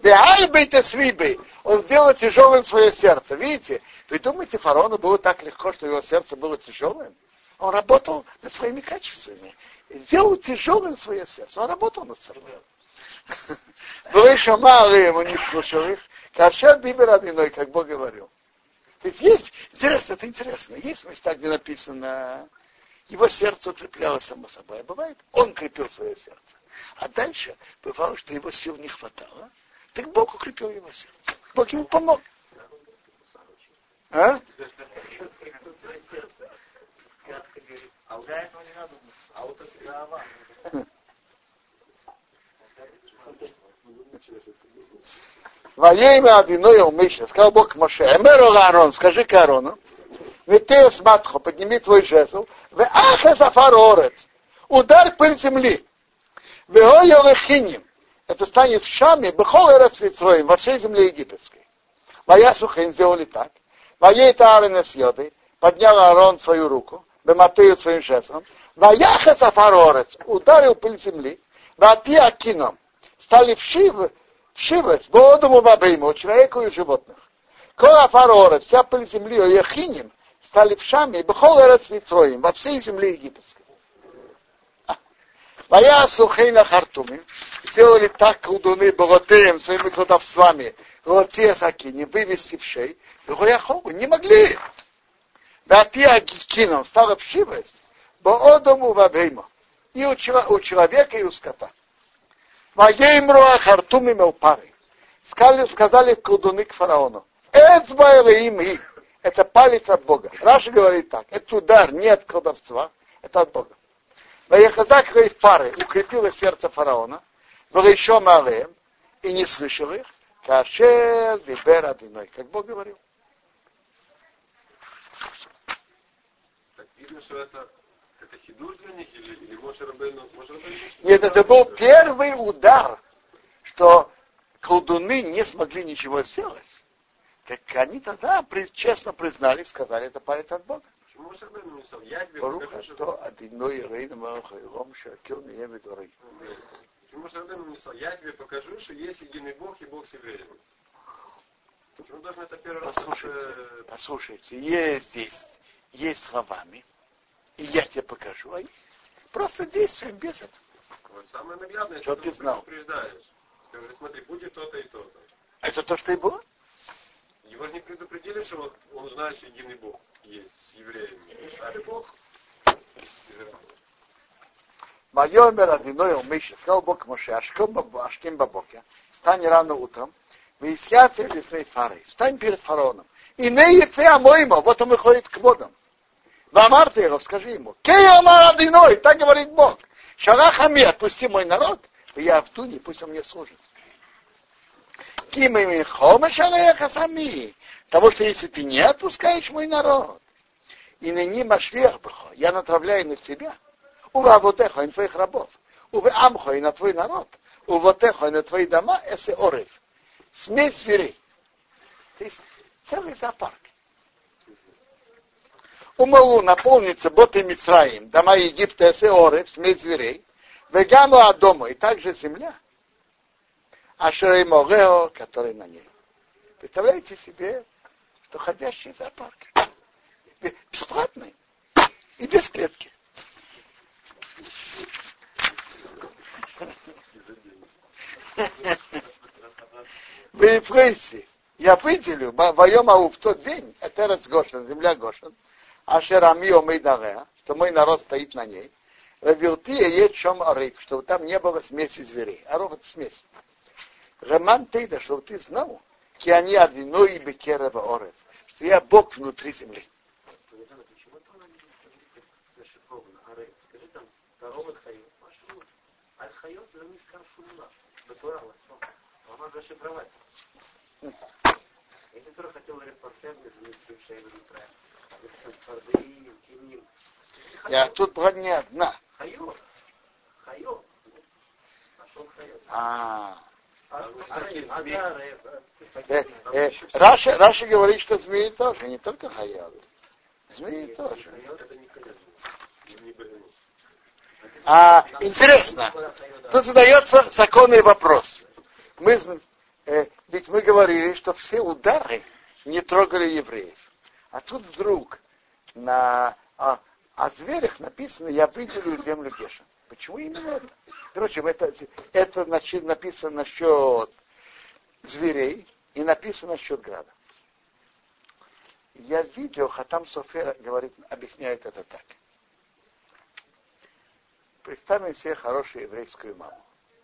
Он сделал тяжелым свое сердце. Видите? Вы думаете, фараону было так легко, что его сердце было тяжелым? Он работал над своими качествами. Сделал тяжелым свое сердце. Он работал над собой. Выше мало ему не слушал их, кашет дибер одиной, как Бог говорил. То есть интересно, это интересно, есть места, где написано, его сердце укреплялось само собой. А бывает, он крепил свое сердце. А дальше бывало, что его сил не хватало, так Бог укрепил его сердце. Бог ему помог. А? А у этого не надо, а вот это голова. Воейма одиное умышленно, сказал Бог к Моше, Эмеру Аарон, скажи к Аарону, Витея сматхо, подними твой жезл, Веаха зафар орец, ударь пыль земли, Веойо лехиним, это станет в Шаме, Бехол эрец Мицроим, во всей земле египетской. Ваясухин сделали так, Воей Таарен с йодой, поднял Аарон свою руку, Бематею своим жезлом, Ваяха зафар орец, ударил пыль земли, Вати акином, стали вшивать бодому бабейму, человеку и животных. Кола фарора, вся пыль земли, яхиним, стали вшами, бехол эрец Мицроим, во всей земле египетской. Вая сухейна хартуми, сделали так колдуны богатеем, своими колдовствами, лотия сакини, вывести в шей, не могли. Вати акином, стали вшивать бодому бабейму, и у человека, и у скота. Сказали колдуны к фараону. Это палец от Бога. Раша говорит так. Это удар не от колдовства, это от Бога. Ваяхазак фары укрепило сердце фараона. Еще малым и не слышал их. Кашер дибер одиной. Как Бог говорил. Так видно, что это хидуш для них или Моше Рабейну? Нет, это был первый удар, что колдуны не смогли ничего сделать. Так они тогда честно признали, сказали, это палец от Бога. Почему Моше Рабейну не сказал? Я тебе покажу, что... Почему Моше Рабейну не сказал? Я тебе покажу, что есть единый Бог и Бог с евреями. Почему должен это первый раз... Послушайте, есть словами, и я тебе покажу, а есть. Просто действуем без этого. Вот самое наглядное, что ты знал. Предупреждаешь. Ты говоришь, смотри, будет то-то и то-то. Это то, что и было? Его же не предупредили, что он знает, что единый Бог есть с евреями. Решали Бог. Майомер одиной умышленно, сказал Бог Моше, ашкем бабоке, встань рано утром, выясняться лесной фарой, встань перед фараоном. И не яйце омоимо, вот он выходит к водам. Вамар ты его, скажи ему, Кеомар одиной, так говорит Бог. Шарахами, отпусти мой народ, и я в Туне, пусть он мне служит. Кимами хомешареха сами, потому что если ты не отпускаешь мой народ, и на ним ашвехбахо, я натравляю на тебя, увавотехо и на твоих рабов, увамхо и на твой народ, увотехо и на твои дома, эсе орев, смесь зверей. То есть целый зоопарк. Умалу наполнится боты Мицраим, дома Египта, эсе орев, смесь зверей, вегану Адому, и также земля, Ашерей Морео, который на ней. Представляете себе, что ходящий зоопарк. Бесплатный. И без клетки. Вы и прыси. Я выделю, в тот день, это Эрец Гошен, земля Гошен, Ашерами Омейдареа, что мой народ стоит на ней, Вавилтия есть шом ариф, чтобы там не было смеси зверей. Аров это смесь. Реман Тейда, чтобы ты знал, ки они одиной и бекерева орец, что я Бог внутри земли. Почему это зашифровано? Арей, скажи там, Тароват Хайот, Машут, Аль-Хайот, Замискар Шумла, Батурала, можно зашифровать. Если кто хотел репортер, заместив Шейвер Исраэль, я тут была не одна. Хайот. Пошел Хайот. Раша говорит, что змеи тоже, не только хайот. Змеи тоже. Интересно, тут задается законный вопрос. Ведь мы говорили, что все удары не трогали евреев. А тут вдруг о зверях написано, я выделю землю Гешен. Почему именно это? Короче, это написано насчет зверей и написано насчет града. Я видел, Хатам Софер объясняет это так. Представим себе хорошую еврейскую маму.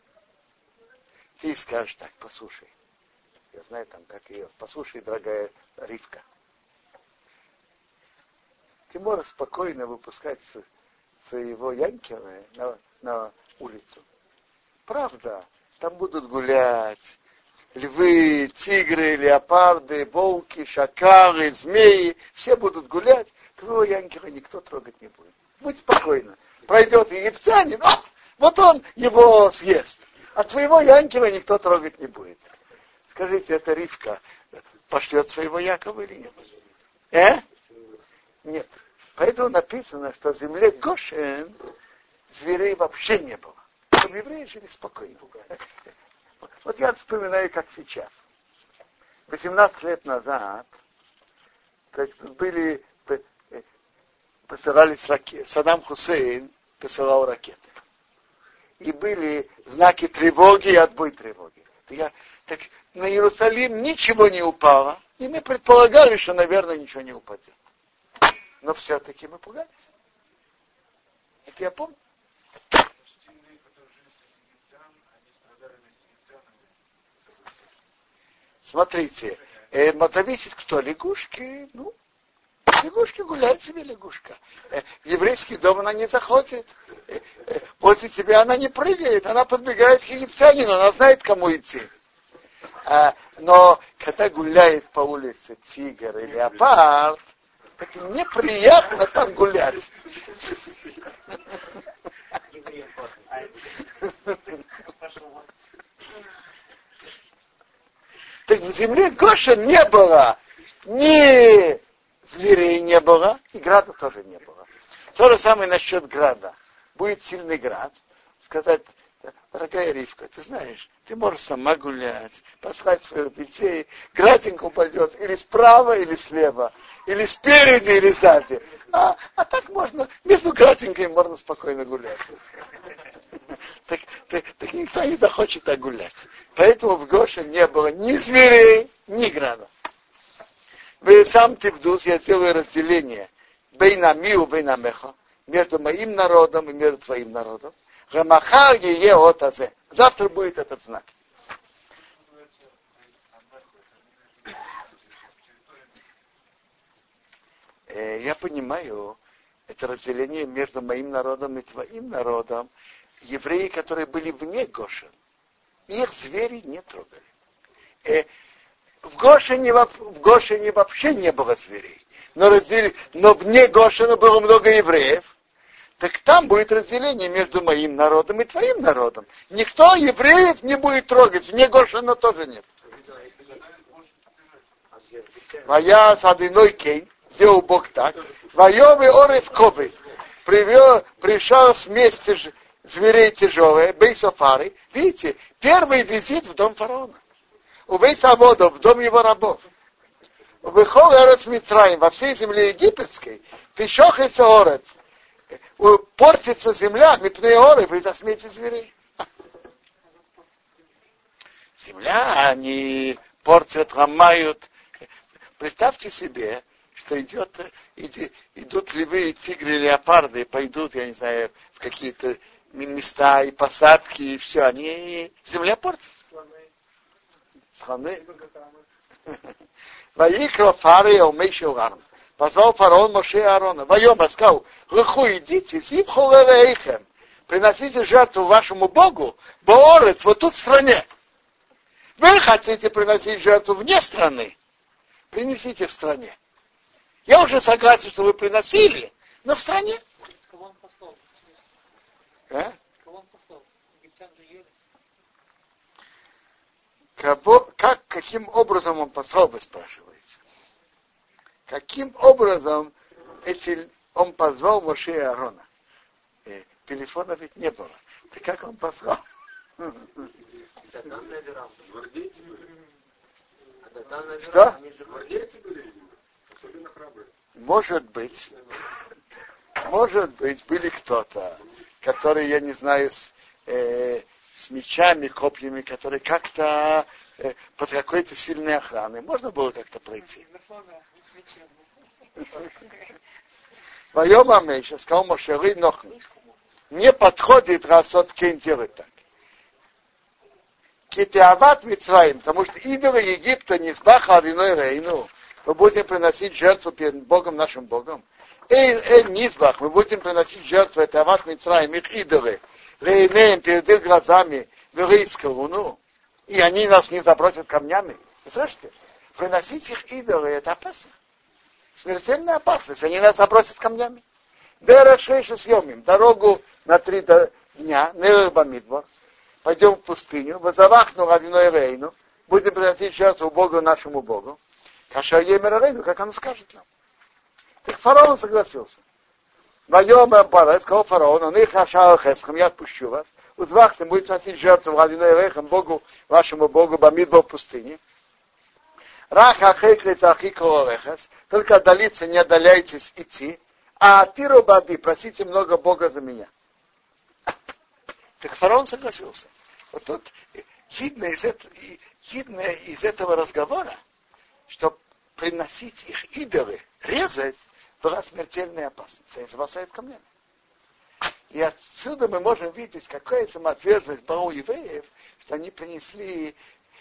Ты скажешь так, послушай. Я знаю там, как ее. Послушай, дорогая Ривка. Ты можешь спокойно выпускать своего янкера на улицу. Правда, там будут гулять львы, тигры, леопарды, волки, шакалы, змеи. Все будут гулять. Твоего янкера никто трогать не будет. Будь спокойна. Пройдет египтянин, вот он его съест. А твоего янкера никто трогать не будет. Скажите, это Ривка пошлет своего Якова или нет? Нет. Поэтому написано, что в земле Гошен зверей вообще не было. Чтобы евреи жили спокойно. Вот я вспоминаю, как сейчас. 18 лет назад посылались ракеты. Саддам Хусейн посылал ракеты. И были знаки тревоги и отбой тревоги. Так на Иерусалим ничего не упало, и мы предполагали, что, наверное, ничего не упадет. Но все-таки мы пугались. Это я помню. Смотрите, зависит кто, лягушки, лягушки гуляет себе лягушка. В еврейский дом она не заходит. После тебя она не прыгает, она подбегает к египтянину, она знает, кому идти. Но когда гуляет по улице тигр или леопард, так неприятно там гулять. Так в земле Гошен не было, ни зверей не было, и града тоже не было. То же самое насчет града. Будет сильный град, сказать: дорогая Ривка, ты знаешь, ты можешь сама гулять, послать своих детей, градинг упадет или справа, или слева, или спереди, или сзади. А так можно, между градингами можно спокойно гулять. Так никто не захочет так гулять. Поэтому в Гоше не было ни зверей, ни града. Вы сам Тивдус, я делаю разделение бейнамиу, бейнамеха, между моим народом и между твоим народом. Рамахар е отазе. Завтра будет этот знак. Я понимаю, это разделение между моим народом и твоим народом. Евреи, которые были вне Гошен, их звери не трогали. В Гошене вообще не было зверей. Но вне Гошена было много евреев. Так там будет разделение между моим народом и твоим народом. Никто евреев не будет трогать. Вне Гошена тоже нет. Моя садиной кейн, сделал Бог так. Воевый орев ковы. Пришел вместе зверей тяжелые, бейсофары. Видите, первый визит в дом фараона. У бейсоводов, в дом его рабов. Выхол орец Мицраим, во всей земле египетской, пешох и орец. Портится земля, мипные оры, вы засмеете зверей. Земля, они портят, ломают. Представьте себе, что идут львы, тигры, леопарды, и пойдут, я не знаю, в какие-то места и посадки, и все. Земля портится. Слоны. Ваикро фары умейшил арм. Позвал фараон Моше и Аарона. Вайома сказал: лыху идите, сипхулэвэйхэм. Приносите жертву вашему Богу, Боорец, вот тут в стране. Вы хотите приносить жертву вне страны? Принесите в стране. Я уже согласен, что вы приносили, но в стране. Кого он послал? Кого он послал? Египтян же ели. Каким образом он послал, вы спрашиваете? Каким образом он позвал Моше и Аарона? Телефона ведь не было. Так как он послал? Что? Может быть, были кто-то, которые, я не знаю, с мечами, копьями, которые как-то под какой-то сильной охраной. Можно было как-то пройти. Воем Амейша сказал Моше, не подходит, раз от Кен делать так. Китиават Мицраим, потому что идолы Египта не сбаха виной рейну. Мы будем приносить жертву перед Богом, нашим Богом. Низбах, мы будем приносить жертву, это Ават Мицраим, их идолы. Рейнеем перед их глазами, ну, и они нас не забросят камнями. Вы слышите? Приносить их идолы, это опасно. Смертельная опасность, они нас забросят камнями. Дерашейша съемим, дорогу на 3 дня, Нербамидбор, пойдем в пустыню, вызовахну родиной Рейну, будем приносить жертву Богу, нашему Богу. Каша Емера Рейну, как он скажет нам. Так фараон согласился. Воем Бара, сказал фараон, он их Ашара Хесхам, я отпущу вас. Узвахтем будет приносить жертву родиной Рейхам, Богу, вашему Богу, Бамидбор в пустыне. Раха хейклица ахиколорехас, только отдалиться не отдаляйтесь идти, а тиру бади, просите много Бога за меня. Так фараон согласился. Вот тут видно из этого разговора, что приносить их идолы, резать, была смертельная опасность. Они забросают камнями. И отсюда мы можем видеть, какая самоотверженность была у евреев, что они принесли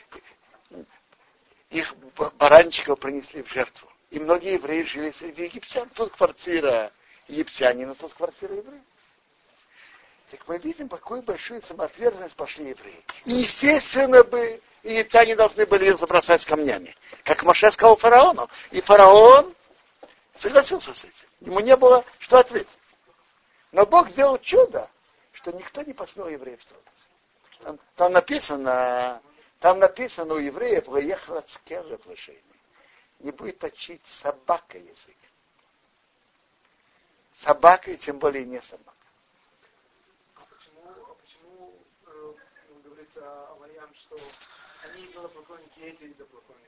их баранчиков принесли в жертву. И многие евреи жили среди египтян. Тут квартира египтянина, тут квартира евреев. Так мы видим, какую большую самоотверженность пошли евреи. И естественно бы египтяне должны были их забросать камнями. Как Моше сказал фараону. И фараон согласился с этим. Ему не было что ответить. Но Бог сделал чудо, что никто не посмел евреев трогать. Там написано у евреев, не будет точить собака язык. Собака, и тем более не собака. Почему говорится о Ваям, что они идолопоклонники, и эти идолопоклонники?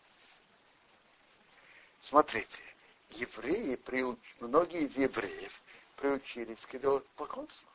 Смотрите, многие из евреев приучились к идолопоклонству.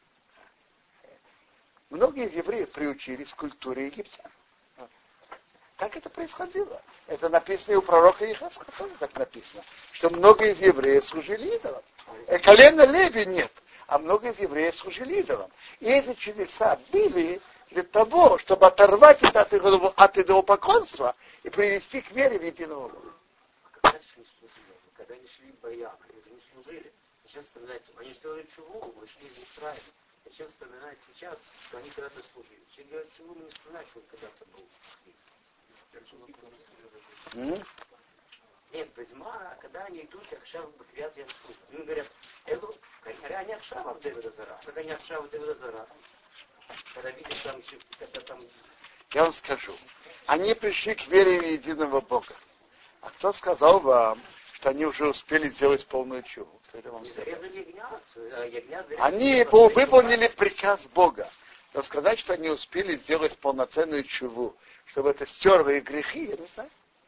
Многие из евреев приучились к культуре египтян. Как это происходило? Это написано и у пророка Ехескеля тоже так написано, что много из евреев служили идолам. Колено Леви нет, а много из евреев служили идолам. И эти чудеса были для того, чтобы оторвать это от идолопоклонства и привести к вере в единого Бога. Когда они шли в боях, они же не служили. Сейчас вспоминают, они сделали чуву, вышли из Израиля. Сейчас вспоминают сейчас, что они когда-то служили. Все делают чуву, не вспоминают, что он когда-то был. Нет, Безма, когда они идут, Ахшав Бахвят Яхшав. Они говорят, они Ахшав Девида Зара. Как они Ахшав Девида Зара? Когда видят там, когда там... Я вам скажу. Они пришли к вере в единого Бога. А кто сказал вам, что они уже успели сделать полную чуву? Кто это вам сказал? Они выполнили приказ Бога. Но сказать, что они успели сделать полноценную чуву, чтобы это стерло их грехи, я не знаю.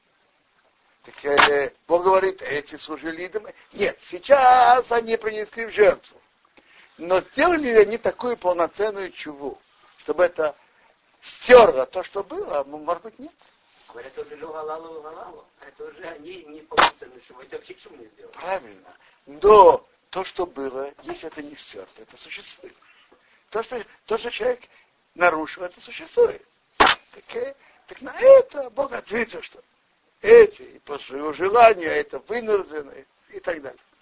Так Бог говорит, эти служили идолам. Нет, сейчас они принесли в жертву. Но сделали ли они такую полноценную чуву, чтобы это стерло то, что было? Может быть, нет. Говорят, это уже галалу. Это уже они не полноценные чуву. Это вообще чуву не сделали. Правильно. Но то, что было, если это не стерто, это существует. То, что человек нарушил, это существует. Так на это Бог ответил, что эти по своему желанию, это вынуждены и так далее.